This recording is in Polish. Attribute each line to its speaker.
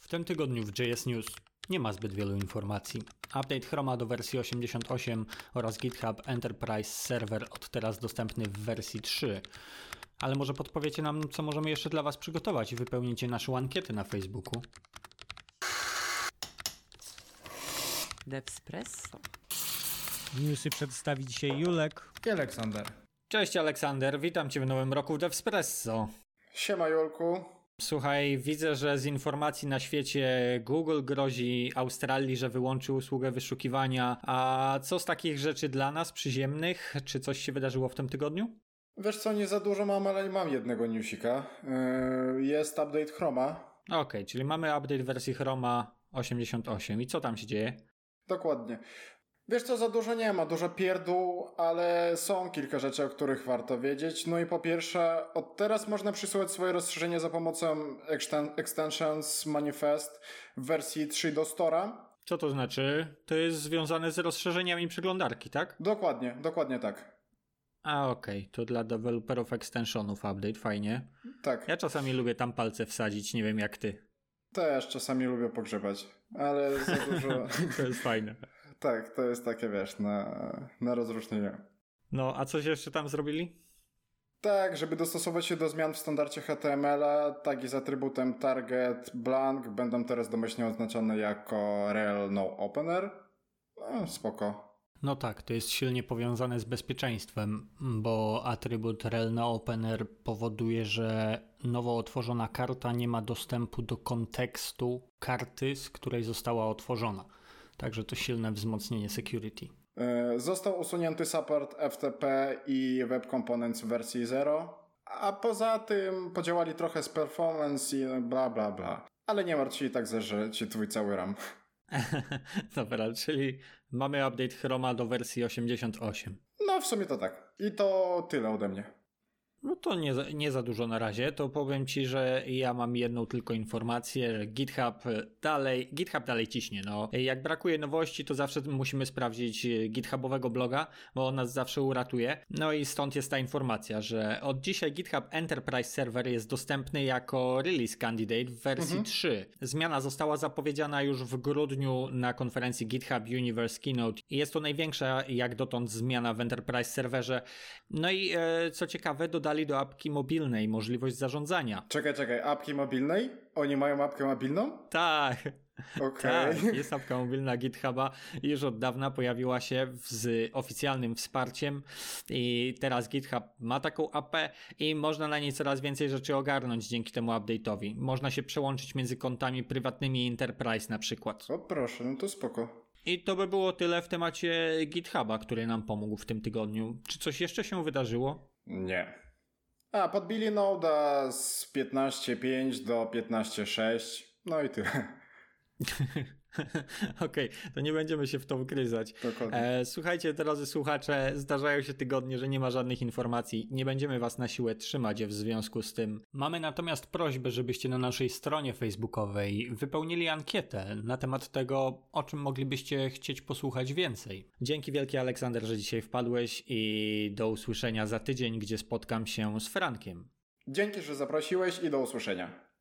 Speaker 1: W tym tygodniu w JS News nie ma zbyt wielu informacji. Update Chroma do wersji 88 oraz GitHub Enterprise Server od teraz dostępny w wersji 3. Ale może podpowiecie nam, co możemy jeszcze dla Was przygotować i wypełnicie naszą ankietę na Facebooku.
Speaker 2: Devspresso.
Speaker 3: Newsy przedstawi dzisiaj Julek
Speaker 4: i Aleksander.
Speaker 1: Cześć Aleksander, witam Cię w nowym roku w Devspresso.
Speaker 4: Siema Julku.
Speaker 1: Słuchaj, widzę, że z informacji na świecie Google grozi Australii, że wyłączy usługę wyszukiwania. A co z takich rzeczy dla nas przyziemnych? Czy coś się wydarzyło w tym tygodniu?
Speaker 4: Wiesz co, nie za dużo mam, ale mam jednego newsika. Jest update Chroma.
Speaker 1: Okej, czyli mamy update wersji Chroma 88. I co tam się dzieje?
Speaker 4: Dokładnie. Wiesz co, za dużo nie ma, dużo pierdół, ale są kilka rzeczy, o których warto wiedzieć. No i po pierwsze, od teraz można przysyłać swoje rozszerzenie za pomocą Extensions Manifest w wersji 3 do Store'a.
Speaker 1: Co to znaczy? To jest związane z rozszerzeniami przeglądarki, tak?
Speaker 4: Dokładnie tak.
Speaker 1: Okej, to dla deweloperów extensionów update, fajnie.
Speaker 4: Tak.
Speaker 1: Ja czasami lubię tam palce wsadzić, nie wiem jak ty.
Speaker 4: Też czasami lubię pogrzebać, ale za dużo...
Speaker 1: To jest fajne.
Speaker 4: Tak, to jest takie, wiesz, na rozróżnienie.
Speaker 1: No, a coś jeszcze tam zrobili?
Speaker 4: Tak, żeby dostosować się do zmian w standardzie HTML-a, tagi z atrybutem target blank będą teraz domyślnie oznaczone jako rel no opener. No, spoko.
Speaker 1: No tak, to jest silnie powiązane z bezpieczeństwem, bo atrybut rel no opener powoduje, że nowo otworzona karta nie ma dostępu do kontekstu karty, z której została otworzona. Także to silne wzmocnienie security.
Speaker 4: Został usunięty support FTP i Web Components w wersji 0, a poza tym podziałali trochę z performance i bla bla bla. Ale nie martw się, i tak zeżre ci twój cały RAM.
Speaker 1: Dobra, czyli mamy update Chroma do wersji 88.
Speaker 4: No w sumie to tak. I to tyle ode mnie.
Speaker 1: No to nie za dużo na razie, to powiem Ci, że ja mam jedną tylko informację, że GitHub dalej ciśnie. No. Jak brakuje nowości, to zawsze musimy sprawdzić GitHubowego bloga, bo on nas zawsze uratuje. No i stąd jest ta informacja, że od dzisiaj GitHub Enterprise Server jest dostępny jako release candidate w wersji 3. Zmiana została zapowiedziana już w grudniu na konferencji GitHub Universe Keynote i jest to największa jak dotąd zmiana w Enterprise Serverze. No i co ciekawe, dodali do apki mobilnej możliwość zarządzania.
Speaker 4: Czekaj, apki mobilnej? Oni mają apkę mobilną?
Speaker 1: Tak.
Speaker 4: Okej.
Speaker 1: Tak, jest apka mobilna GitHuba i już od dawna pojawiła się z oficjalnym wsparciem i teraz GitHub ma taką apę i można na niej coraz więcej rzeczy ogarnąć dzięki temu update'owi. Można się przełączyć między kontami prywatnymi i Enterprise na przykład.
Speaker 4: O proszę, no to spoko.
Speaker 1: I to by było tyle w temacie GitHuba, który nam pomógł w tym tygodniu. Czy coś jeszcze się wydarzyło?
Speaker 4: Nie. Podbili Node'a z 15.5 do 15.6. No i tyle.
Speaker 1: Okej, to nie będziemy się w to wgryzać. Słuchajcie, drodzy słuchacze, zdarzają się tygodnie, że nie ma żadnych informacji. Nie będziemy was na siłę trzymać w związku z tym. Mamy natomiast prośbę, żebyście na naszej stronie facebookowej wypełnili ankietę na temat tego, o czym moglibyście chcieć posłuchać więcej. Dzięki wielkie, Aleksander, że dzisiaj wpadłeś i do usłyszenia za tydzień, gdzie spotkam się z Frankiem.
Speaker 4: Dzięki, że zaprosiłeś i do usłyszenia.